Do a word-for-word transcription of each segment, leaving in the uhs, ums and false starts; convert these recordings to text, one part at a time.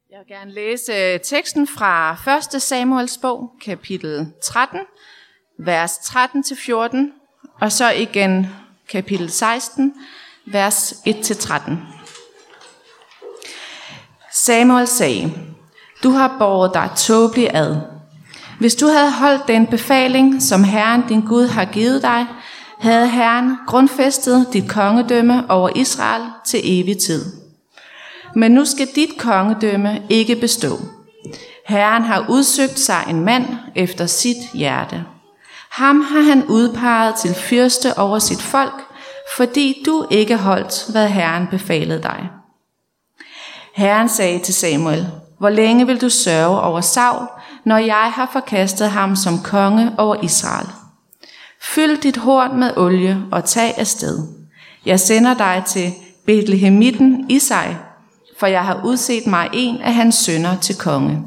Jeg vil gerne læse teksten fra første Samuels bog, kapitel tretten, vers tretten til fjorten, og så igen kapitel seksten, vers et til tretten. Samuel sagde: Du har båret dig tåbeligt ad. Hvis du havde holdt den befaling, som Herren din Gud har givet dig, havde Herren grundfæstet dit kongedømme over Israel til evig tid. Men nu skal dit kongedømme ikke bestå. Herren har udsøgt sig en mand efter sit hjerte. Ham har han udpeget til fyrste over sit folk, fordi du ikke holdt, hvad Herren befalede dig. Herren sagde til Samuel: Hvor længe vil du sørge over Saul, når jeg har forkastet ham som konge over Israel? Fyld dit horn med olie og tag afsted. Jeg sender dig til Betlehemitten Isai, for jeg har udset mig en af hans sønner til konge.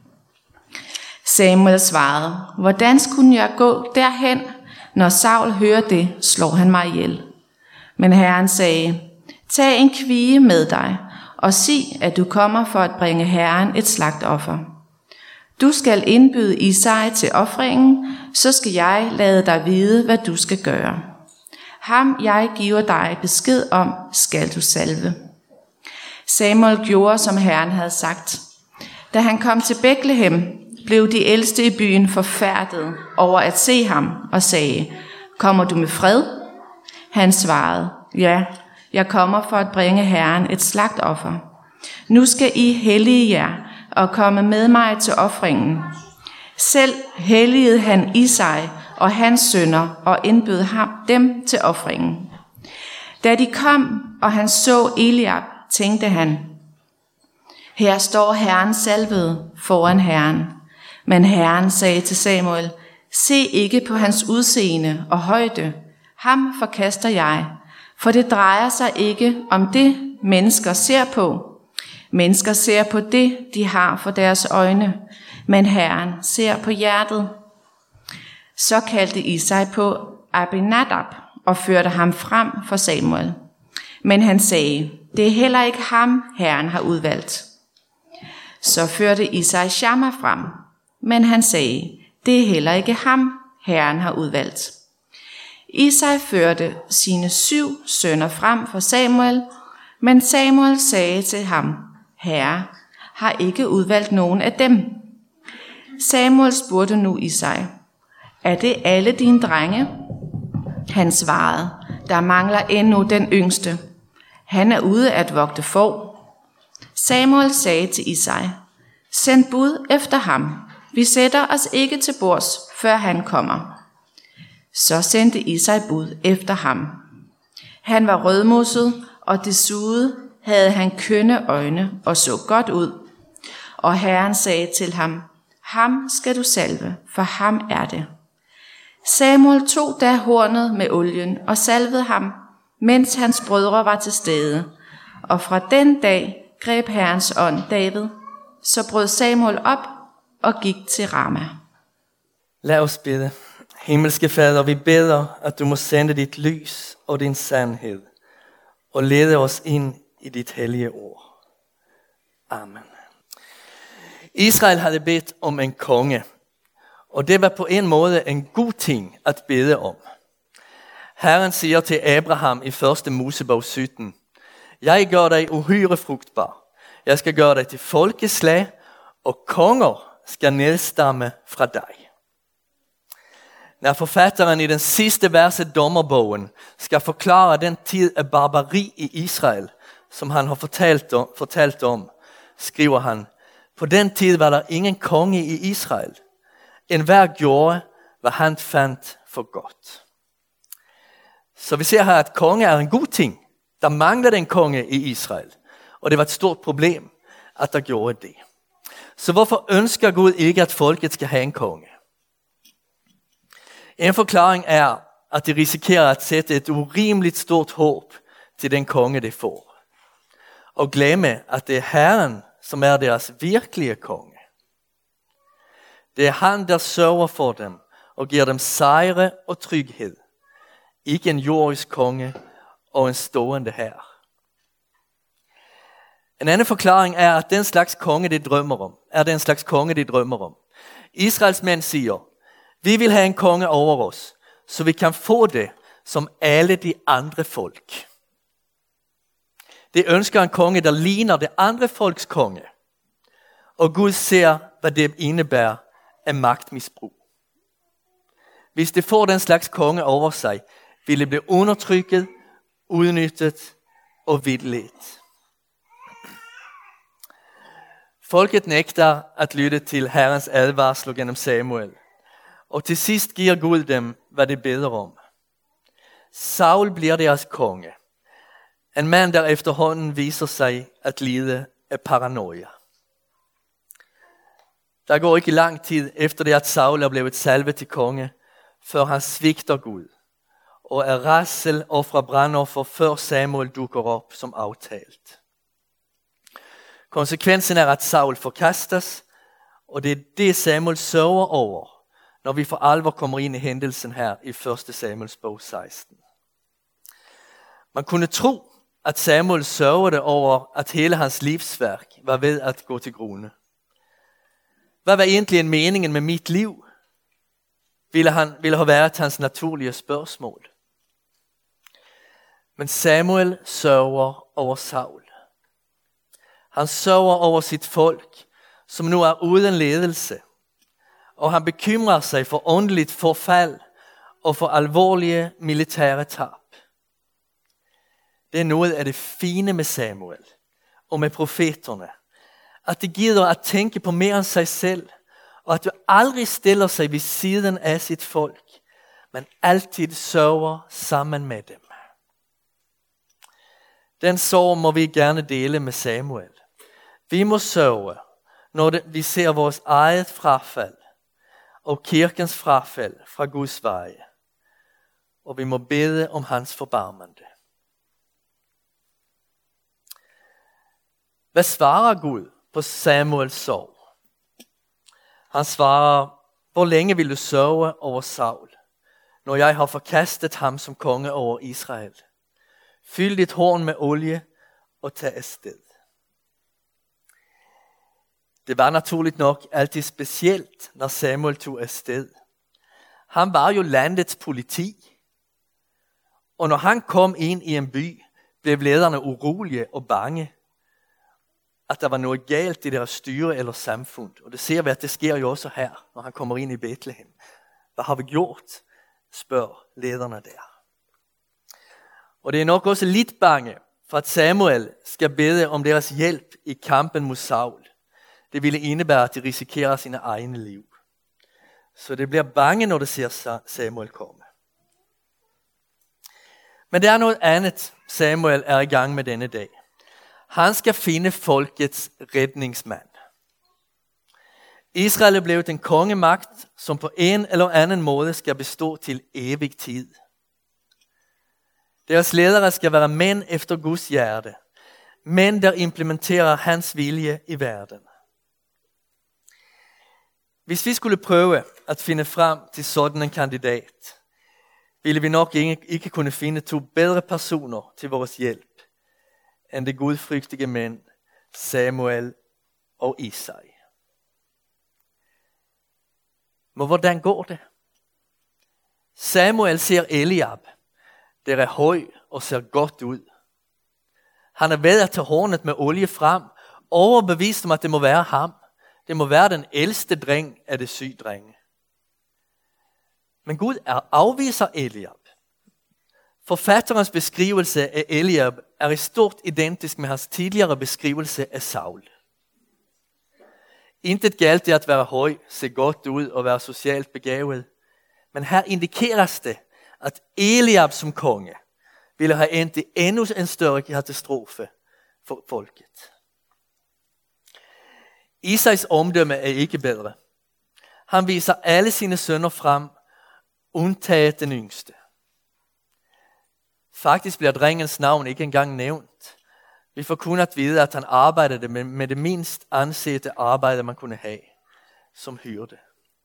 Samuel svarede: Hvordan skulle jeg gå derhen? Når Saul hører det, slår han mig ihjel. Men Herren sagde: Tag en kvie med dig, og sig, at du kommer for at bringe Herren et slagtoffer. Du skal indbyde Isai til ofringen, så skal jeg lade dig vide, hvad du skal gøre. Ham jeg giver dig besked om, skal du salve. Samuel gjorde, som Herren havde sagt. Da han kom til Betlehem, blev de ældste i byen forfærdet over at se ham og sagde: Kommer du med fred? Han svarede: Ja, jeg kommer for at bringe Herren et slagtoffer. Nu skal I hellige jer og komme med mig til ofringen. Selv helligede han Isai og hans sønner og indbød ham dem til ofringen. Da de kom, og han så Eliab, tænkte han: Her står Herren salvede foran Herren. Men Herren sagde til Samuel: Se ikke på hans udseende og højde. Ham forkaster jeg, for det drejer sig ikke om det, mennesker ser på. Mennesker ser på det, de har for deres øjne, men Herren ser på hjertet. Så kaldte Isai på Abinadab og førte ham frem for Samuel. Men han sagde: Det er heller ikke ham, Herren har udvalgt. Så førte Isai Shamma frem, men han sagde: Det er heller ikke ham, Herren har udvalgt. Isai førte sine syv sønner frem for Samuel, men Samuel sagde til ham: Herre har ikke udvalgt nogen af dem. Samuel spurgte nu Isai: Er det alle dine drenge? Han svarede: Der mangler endnu den yngste. Han er ude at vogte får. Samuel sagde til Isai: Send bud efter ham. Vi sætter os ikke til bords, før han kommer. Så sendte Isai bud efter ham. Han var rødmosset, og desuden havde han kønne øjne og så godt ud. Og Herren sagde til ham: Ham skal du salve, for ham er det. Samuel tog da hornet med olien og salvede ham, mens hans brødre var til stede. Og fra den dag greb Herrens ånd David. Så brød Samuel op og gik til Rama. Lad os bede. Himmelske Fader, vi beder, at du må sende dit lys og din sandhed, og lede os ind i dit hellige ord. Amen. Israel havde bedt om en konge, og det var på en måde en god ting at bede om. Herren siger til Abraham i første Mosebog sytten: Jeg gør dig uhyre frugtbar. Jeg skal gøre dig til folkeslag, og konger skal nedstamme fra dig. Når forfatteren i den sidste vers af Dommerbogen skal forklare den tid af barbari i Israel, som han har fortalt om, fortalt om, skriver han: På den tid var der ingen konge i Israel. Enhver gjorde, hvad han fandt for godt. Så vi ser her, at konge er en god ting. Der manglede en konge i Israel, og det var et stort problem, at der gjorde det. Så hvorfor ønsker Gud ikke, at folket skal have en konge? En forklaring er, at de risikerer at sætte et urimeligt stort håb til den konge, de får. Og glemme, at det er Herren, som er deres virkelige konge. Det er han, der sørger for dem og giver dem sejre og tryghed. Ikke en jordisk konge og en stående hær. En anden forklaring er, at den slags konge, de drømmer om, er den slags konge, de drømmer om. Israels mænd siger, vi vil have en konge over os, så vi kan få det som alle de andre folk. De ønsker en konge, der ligner det andre folks konge. Og Gud ser, hvad det indebærer af magtmisbrug. Hvis de får den slags konge over sig, vil det blive undertrykket, udnyttet og vildledt. Folket nægter at lytte til Herrens advarsler gennem Samuel. Og til sidst giver Gud dem, hvad de beder om. Saul bliver deres konge. En mand, der efterhånden viser sig at lide af paranoia. Der går ikke lang tid efter det, at Saul er blevet salvet til konge, før han svigter Gud. Og er rassel og fra brandoffer, før Samuel dukker op som aftalt. Konsekvensen er, at Saul forkastes, og det er det, Samuel sørger over, når vi for alvor kommer ind i hændelsen her i første Samuels bog seksten. Man kunne tro, at Samuel sørgede over, at hele hans livsværk var ved at gå til grunde. Hvad var egentlig meningen med mit liv? Ville, han, ville have været hans naturlige spørgsmål. Men Samuel sørger over Saul. Han sørger over sit folk, som nu er uden ledelse. Og han bekymrer sig for åndeligt forfald og for alvorlige militære tab. Det er noget af det fine med Samuel og med profeterne. At de gider at tænke på mere end sig selv, og at du aldrig stiller sig ved siden af sit folk, men altid sørger sammen med dem. Den sorg må vi gerne dele med Samuel. Vi må sørge, når det, vi ser vores eget frafald og kirkens frafald fra Guds veje. Og vi må bede om hans forbarmende. Hvad svarer Gud på Samuels sorg? Han svarer, hvor længe vil du sørge over Saul, når jeg har forkastet ham som konge over Israel? Fyld dit horn med olie og tag afsted. Det var naturligt nok altid specielt, når Samuel tog afsted. Han var jo landets politi. Og når han kom ind i en by, blev lederne urolige og bange, at der var noget galt i deres styre eller samfund. Og det ser vi, at det sker jo også her, når han kommer ind i Bethlehem. Hvad har vi gjort? Spørger lederne der. Og det er nok også lidt bange, for at Samuel skal bede om deres hjælp i kampen mod Saul. Det ville indebære, at de risikerer sine egne liv. Så det bliver bange, når det ser Samuel komme. Men der er noget andet, Samuel er i gang med denne dag. Han skal finde folkets redningsmand. Israel er blevet en kongemagt, som på en eller anden måde skal bestå til evig tid. Deres ledere skal være mænd efter Guds hjerte. Mænd, der implementerer hans vilje i verden. Hvis vi skulle prøve at finde frem til sådan en kandidat, ville vi nok ikke, ikke kunne finde to bedre personer til vores hjælp, end de gudfrygtige mænd, Samuel og Isai. Men hvordan går det? Samuel ser Eliab, der er høj og ser godt ud. Han er ved at tage hornet med olie frem, overbevist om, at det må være ham. Det må være den ældste dreng af de syge drenge. Men Gud afviser Eliab. Forfatterens beskrivelse af Eliab er i stort identisk med hans tidligere beskrivelse af Saul. Intet galt det at være høj, se godt ud og være socialt begavet. Men her indikeres det, at Eliab som konge ville have endt i endnu en større katastrofe for folket. Isais omdømme er ikke bedre. Han viser alle sine sønner frem, undtaget den yngste. Faktisk bliver drengens navn ikke engang nævnt. Vi får kun at vide, at han arbejdede med, med det mindst ansete arbejde, man kunne have, som hyrde.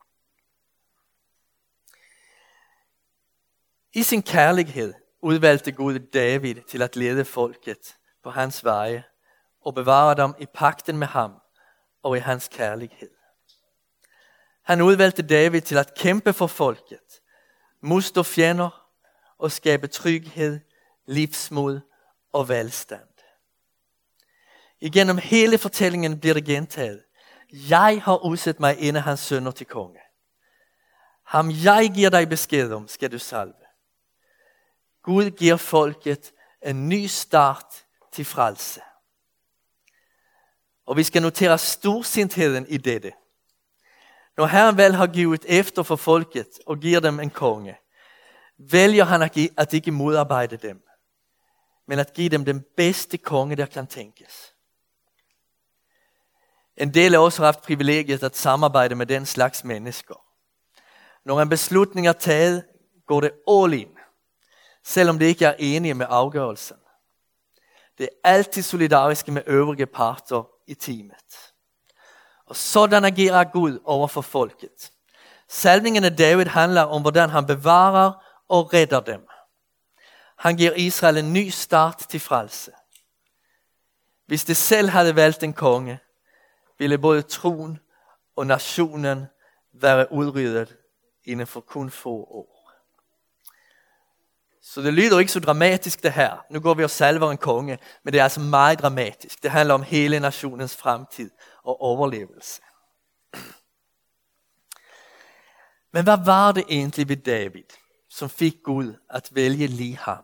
I sin kærlighed udvalgte Gud David til at lede folket på hans veje og bevare dem i pagten med ham og i hans kærlighed. Han udvalgte David til at kæmpe for folket, modstå fjender og skabe tryghed, livsmod og velstand. Igennem hele fortællingen bliver det gentaget. Jeg har udsat mig en af hans sønner til konge. Ham jeg giver dig besked om, skal du salve. Gud giver folket en ny start til frelse. Og vi skal notere storsintheden i dette. Når Herren vel har givet efter for folket og giver dem en konge, vælger han at ikke modarbejde dem, men at give dem den bedste konge, der kan tænkes. En del af os har haft privilegiet at samarbejde med den slags mennesker. Når en beslutning er taget, går det all in, selvom det ikke er enige med afgørelsen. Det er altid solidariske med øvrige parter i teamet. Og sådan agerer Gud over for folket. Salmingen af David handler om, hvordan han bevarer og redder dem. Han giver Israel en ny start til frelse. Hvis det selv havde valgt en konge, ville både troen og nationen være udryddet inden for kun få år. Så det lyder ikke så dramatisk det her. Nu går vi og salver en konge, men det er altså meget dramatisk. Det handler om hele nationens fremtid og overlevelse. Men hvad var det egentlig ved David, som fik Gud at vælge lige ham?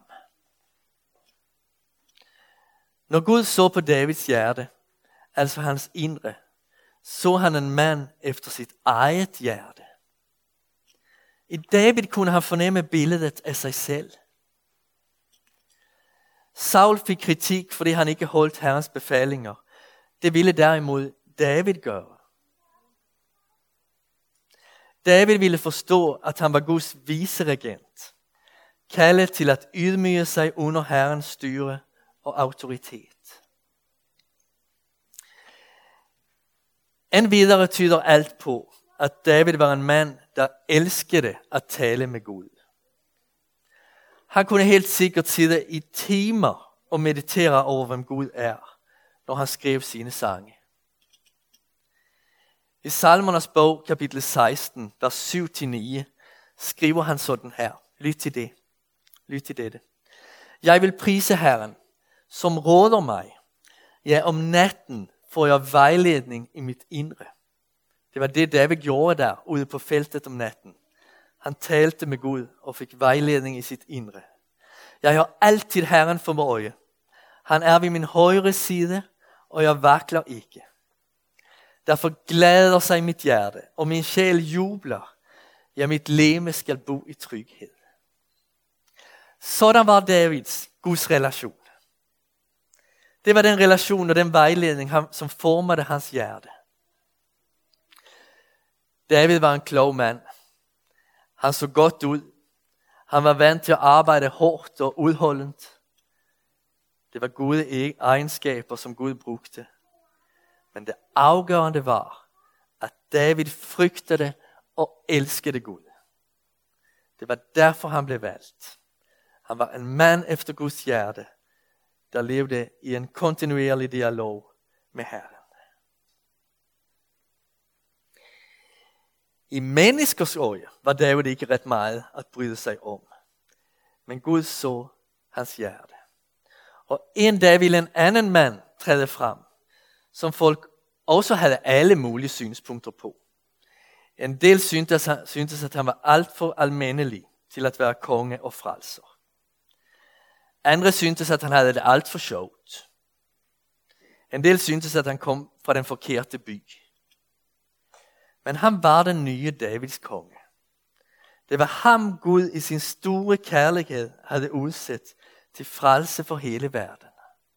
Når Gud så på Davids hjerte, altså hans indre, så han en mand efter sit eget hjerte. I David kunne han fornemme billedet af sig selv. Saul fik kritik, fordi han ikke holdt Herrens befalinger. Det ville derimod David gøre. David ville forstå, at han var Guds viceregent, kaldet til at ydmyge sig under Herrens styre og autoritet. Endvidere tyder alt på, at David var en mand, der elskede at tale med Gud. Han kunne helt sikkert sidde i timer og meditere over, hvem Gud er, når han skrev sine sange. I Salmernes bog, kapitel seksten, vers syv til ni, skriver han sådan her. Lyt til det. Lyt til dette. Jeg vil prise Herren, som råder mig. Ja, om natten får jeg vejledning i mit indre. Det var det, David gjorde der, ude på feltet om natten. Han talte med Gud og fik vejledning i sit indre. Jeg har altid Herren for øje. Han er ved min højre side, og jeg vakler ikke. Derfor glæder sig mit hjerte, og min sjæl jubler. Ja, mit legeme skal bo i tryghed. Sådan var Davids Guds relation. Det var den relation og den vejledning, som formede hans hjerte. David var en klog mand. Han så godt ud. Han var vant til at arbejde hårdt og udholdent. Det var gode egenskaber, som Gud brugte. Men det afgørende var, at David frygtede og elskede Gud. Det var derfor han blev valgt. Han var en mand efter Guds hjerte, der levede i en kontinuerlig dialog med Herren. I menneskers øje var David ikke ret meget at bryde sig om. Men Gud så hans hjerte. Og en dag ville en anden mand træde frem, som folk også havde alle mulige synspunkter på. En del syntes, syntes at han var alt for almindelig til at være konge og frelser. Andre syntes, at han havde det alt for sjovt. En del syntes, at han kom fra den forkerte by. Men han var den nye Davids konge. Det var ham Gud i sin store kærlighed havde udsat til frelse for hele verden.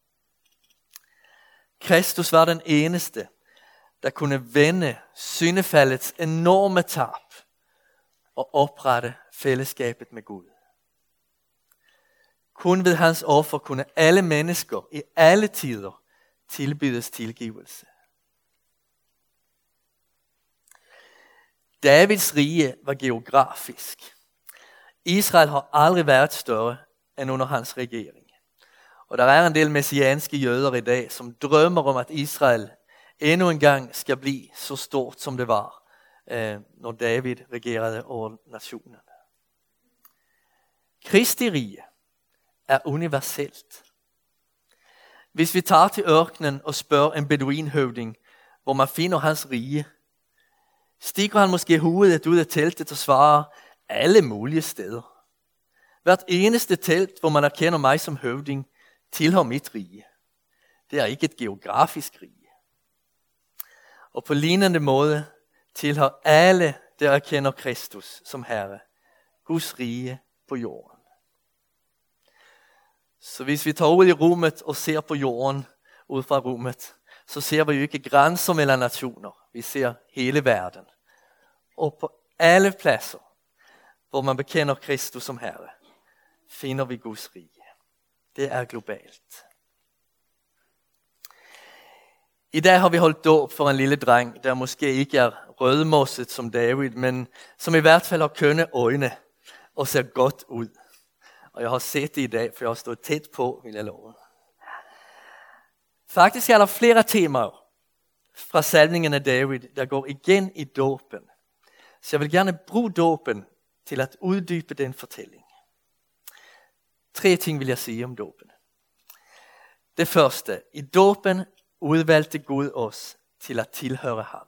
Kristus var den eneste, der kunne vende syndefaldets enorme tab og oprette fællesskabet med Gud. Kun ved hans offer kunne alle mennesker i alle tider tilbydes tilgivelse. Davids rige var geografisk. Israel har aldrig været større end under hans regering. Og der er en del messianske jøder i dag, som drømmer om, at Israel endnu en gang skal blive så stort, som det var, øh, når David regerede over nationen. Kristi rige er universelt. Hvis vi tager til ørkenen og spørger en beduinhøvding, hvor man finder hans rige, stikker han måske hovedet ud af teltet og svarer alle mulige steder. Hvert eneste telt, hvor man erkender mig som høvding, tilhører mit rige. Det er ikke et geografisk rige. Og på lignende måde tilhører alle, der erkender Kristus som Herre, Guds rige på jorden. Så hvis vi tager ud i rummet og ser på jorden ud fra rummet, så ser vi jo ikke grænser mellem nationer. Vi ser hele verden. Og på alle pladser, hvor man bekender Kristus som Herre, finder vi Guds rige. Det er globalt. I dag har vi holdt dåb for en lille dreng, der måske ikke er rødmosset som David, men som i hvert fald har kønne øjne og ser godt ud. Og jeg har set det i dag, for jeg har stået tæt på, vil jeg love. Faktisk er der flere temaer fra salmningen af David, der går igen i dåben. Så jeg vil gerne bruge dåben til at uddybe den fortælling. Tre ting vil jeg sige om dåben. Det første, i dåben udvalgte Gud os til at tilhøre ham.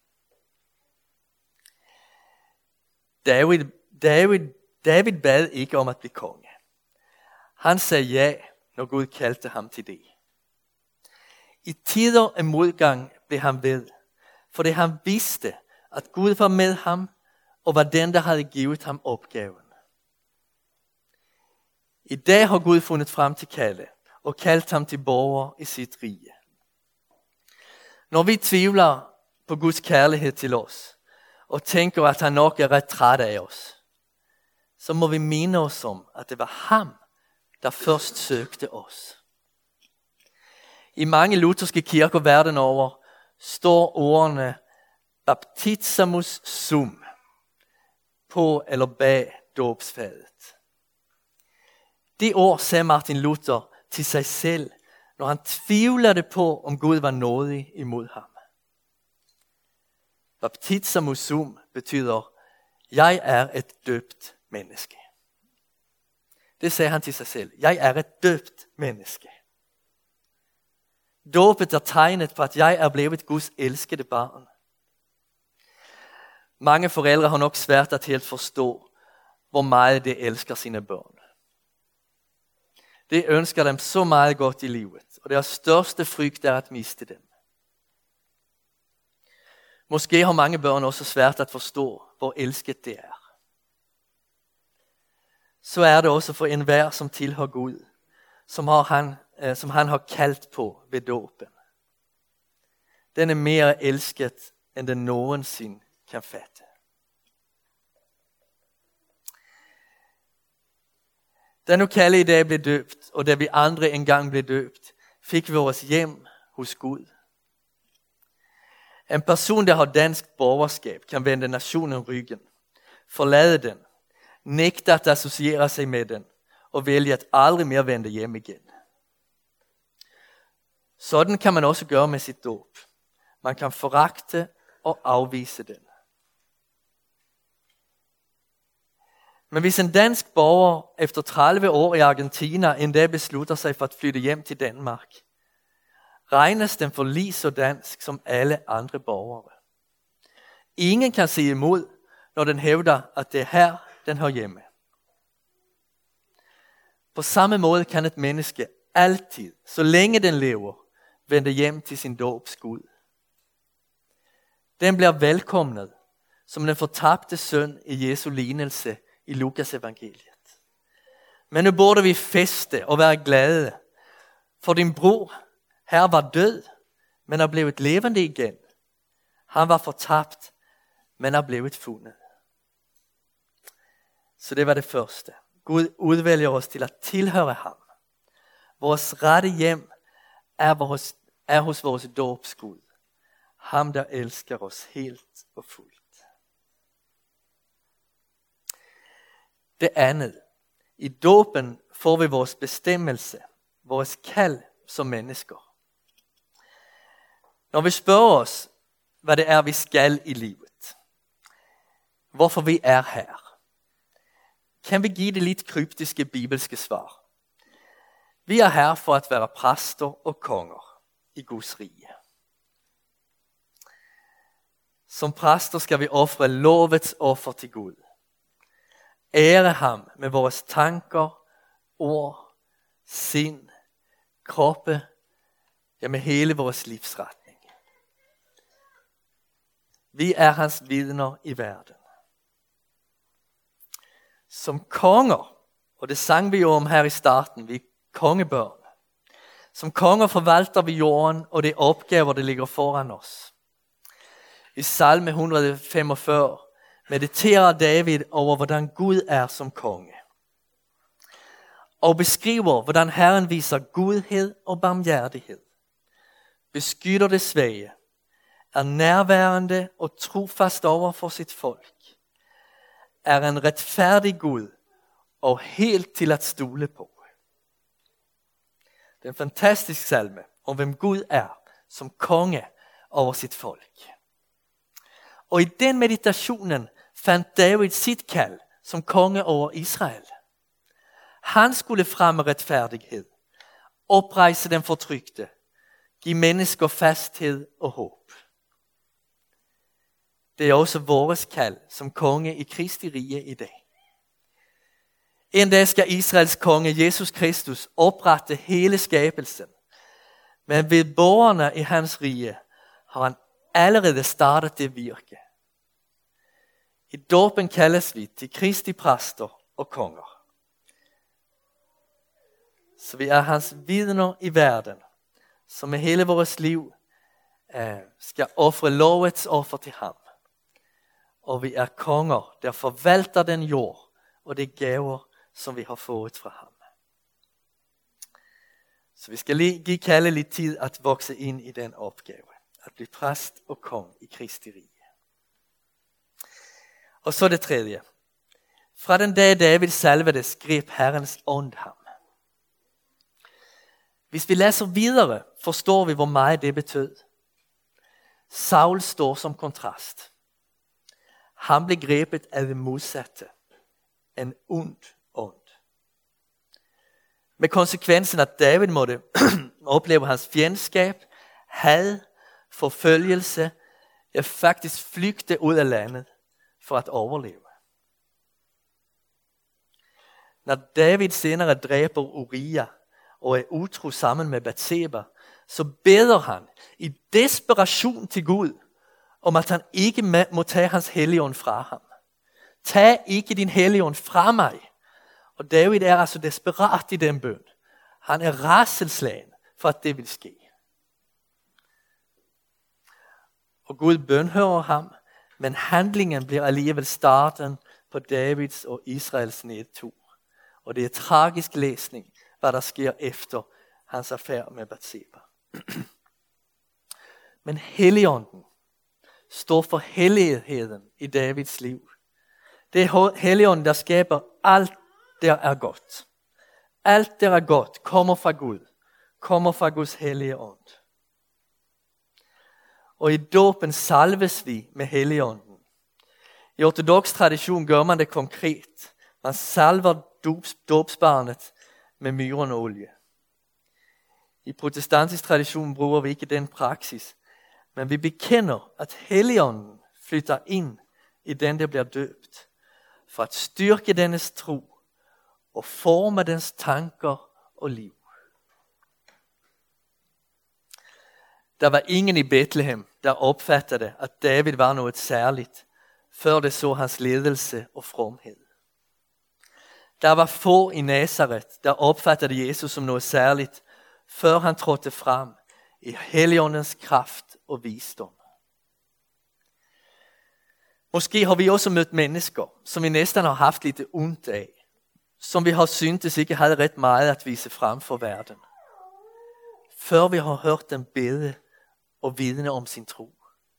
David, David, David bad ikke om at blive konge. Han sagde ja, når Gud kaldte ham til det. I tider af modgang blev han ved, fordi han vidste, at Gud var med ham, og var den, der havde givet ham opgaven. I dag har Gud fundet frem til Kalle, og kaldt ham til borger i sit rige. Når vi tvivler på Guds kærlighed til os, og tænker, at han nok er ret træt af os, så må vi minde os om, at det var ham, der først søgte os. I mange lutherske kirker verden over står ordene baptizamus sum på eller bag dåbsfadet. Det ord sagde Martin Luther til sig selv, når han tvivlede på, om Gud var nådig imod ham. Baptizamus sum betyder, jeg er et døbt menneske. Det sagde han til sig selv. Jeg er et døbt menneske. Dåbet er tegnet på, at jeg er blevet Guds elskede barn. Mange forældre har nok svært at helt forstå, hvor meget de elsker sine børn. De ønsker dem så meget godt i livet, og deres største frygt er at miste dem. Måske har mange børn også svært at forstå, hvor elsket det er. Så er det også for enhver, som tilhører Gud, som, har han, eh, som han har kaldt på ved dåben. Den er mere elsket, end den nogensinde kan fatte. Da nu Kalle i dag blev døbt, og da vi andre engang blev døbt, fik vi vores hjem hos Gud. En person, der har dansk borgerskab, kan vende nationen ryggen, forlade den, nægte at associere sig med den, og vælge at aldrig mere vende hjem igen. Sådan kan man også gøre med sit dåb. Man kan foragte og afvise den. Men hvis en dansk borger efter tredive år i Argentina endda beslutter sig for at flytte hjem til Danmark, regnes den for lige så dansk som alle andre borgere. Ingen kan sige imod, når den hævder, at det er her, den hører hjemme. På samme måde kan et menneske altid, så længe den lever, vende hjem til sin dåbs Gud. Den bliver velkomnet som den fortabte søn i Jesu lignelse i Lukas evangeliet. Men nu burde vi feste og være glade, for din bror her var død, men er blevet levende igen. Han var fortabt, men er blevet fundet. Så det var det første. Gud udvælger os til at tilhøre ham. Vores rette hjem er, vores, er hos vores dåbsgud. Ham, der elsker os helt og fuldt. Det andet. I dåben får vi vores bestemmelse vores kald som mennesker. Når vi spørger os, hvad det er, vi skal i livet, hvorfor vi er her, kan vi give det lidt kryptiske bibelske svar. Vi er her for at være præster og konger i Guds rige. Som præster skal vi ofre lovets offer til Gud. Ære ham med vores tanker, ord, sind, kroppe, ja med hele vores livsretning. Vi er hans vidner i verden. Som konger, og det sang vi jo om her i starten, vi er kongebørn. Som konger forvalter vi jorden og de opgaver, der ligger foran os. I salme et hundrede og femogfyrre mediterer David over, hvordan Gud er som konge. Og beskriver, hvordan Herren viser godhed og barmhjertighed. Beskytter det svage. Er nærværende og trofast over for sit folk. Er en retfærdig Gud og helt til at stole på. Det er en fantastisk salme om hvem Gud er som konge over sit folk. Og i den meditationen fandt David sit kald som konge over Israel. Han skulle fremme retfærdighed, oprejse den fortrykte, give mennesker fasthed og håb. Det er også vores kald som konge i Kristi rige i dag. En dag skal Israels konge Jesus Kristus oprette hele skabelsen. Men ved borgerne i hans rige har han allerede startet det virke. I dåben kaldes vi til Kristi præster og konger. Så vi er hans vidner i verden, som med hele vores liv eh, skal ofre lovets offer til ham. Og vi er konger, der forvalter den jord og de gaver, som vi har fået fra ham. Så vi skal lige give kaldet lidt tid at vokse ind i den opgave. At blive præst og kong i Kristi rige. Og så det tredje. Fra den dag David salvedes, greb Herrens ånd ham. Hvis vi læser videre, forstår vi, hvor meget det betød. Saul står som kontrast. Han blev grebet af det modsatte. En ond ånd. Med konsekvensen, at David måtte opleve hans fjendskab, had, forfølgelse, ja faktisk flygte ud af landet for at overleve. Når David senere dræber Uria og er utro sammen med Batseba, så beder han i desperation til Gud, om at han ikke må tage hans helligånd fra ham. Tag ikke din helligånd fra mig. Og David er altså desperat i den bøn. Han er rædselsslagen for at det vil ske. Og Gud bønhører ham, men handlingen bliver alligevel starten på Davids og Israels nedtur. Og det er tragisk læsning, hvad der sker efter hans affære med Batseba. Men Helligånden står for helligheden i Davids liv. Det er Helligånden, der skaber alt, der er godt. Alt, der er godt, kommer fra Gud. Kommer fra Guds hellige ånd. Og i dåben salves vi med Helligånden. I ortodox tradition gør man det konkret. Man salver dåbsbarnet med myronolie. I protestantisk tradition bruger vi ikke den praksis. Men vi bekender, at Helligånden flytter ind i den, der bliver døbt. For at styrke dennes tro og forme dens tanker og liv. Der var ingen i Bethlehem, der opfattede, at David var noget særligt, før det så hans ledelse og fromhed. Der var få i Nazaret, der opfattede Jesus som noget særligt, før han trådte frem i Helligåndens kraft og visdom. Måske har vi også mødt mennesker, som vi næsten har haft lidt ondt af, som vi har syntes ikke havde ret meget at vise frem for verden. Før vi har hørt dem bede og vidne om sin tro.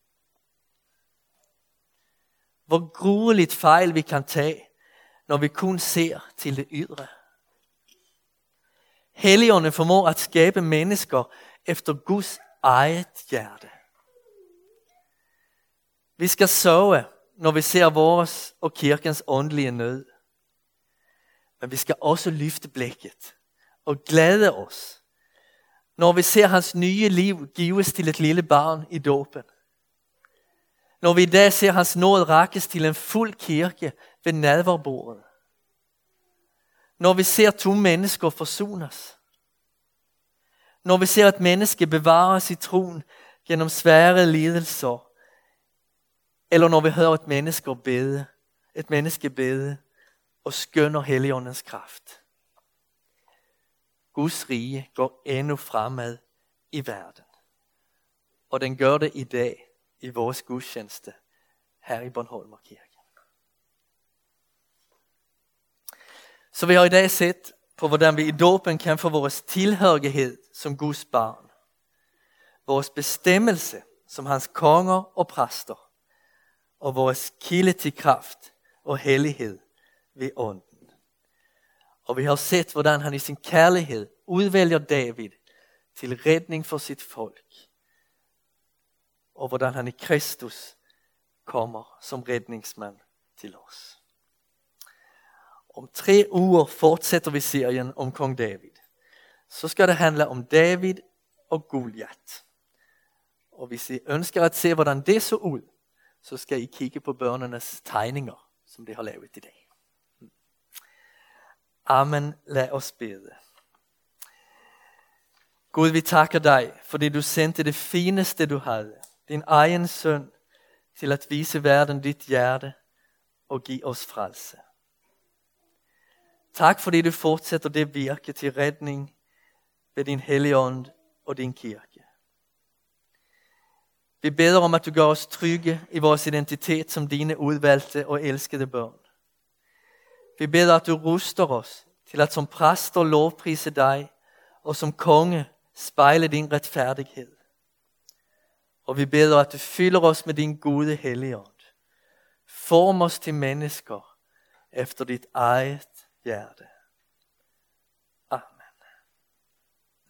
Hvor grueligt fejl vi kan tage, når vi kun ser til det ydre. Helligånden formår at skabe mennesker efter Guds eget hjerte. Vi skal sørge, når vi ser vores og kirkens åndelige nød. Men vi skal også løfte blikket og glæde os, når vi ser hans nye liv gives til et lille barn i dåben. Når vi i dag ser hans nåd rækkes til en fuld kirke ved nadverbordet. Når vi ser to mennesker forsones. Når vi ser et menneske bevares i troen gennem svære lidelser. Eller når vi hører et menneske bede, et menneske bede og skønner Helligåndens kraft. Guds rige går endnu fremad i verden. Og den gør det i dag i vores gudstjeneste her i Bornholmer Kirke. Så vi har i dag set på, hvordan vi i dåben kan få vores tilhørighed som Guds barn. Vores bestemmelse som hans konger og præster. Og vores kilde til kraft og hellighed ved ånden. Og vi har set, hvordan han i sin kærlighed udvælger David til redning for sit folk. Og hvordan han i Kristus kommer som redningsmand til os. Om tre uger fortsætter vi serien om kong David. Så skal det handle om David og Goliat. Og hvis I ønsker at se, hvordan det så ud, så skal I kigge på børnenes tegninger, som de har lavet i dag. Amen, lad os bede. Gud, vi takker dig, fordi du sendte det fineste du havde, din egen søn, til at vise verden dit hjerte og give os frelse. Tak fordi du fortsætter det virke til redning ved din Helligånd og din kirke. Vi beder om, at du gør os trygge i vores identitet som dine udvalgte og elskede børn. Vi beder, at du ruster os til at som præster lovprise dig, og som konge spejle din retfærdighed. Og vi beder, at du fylder os med din gode Helligånd. Form os til mennesker efter dit eget hjerte.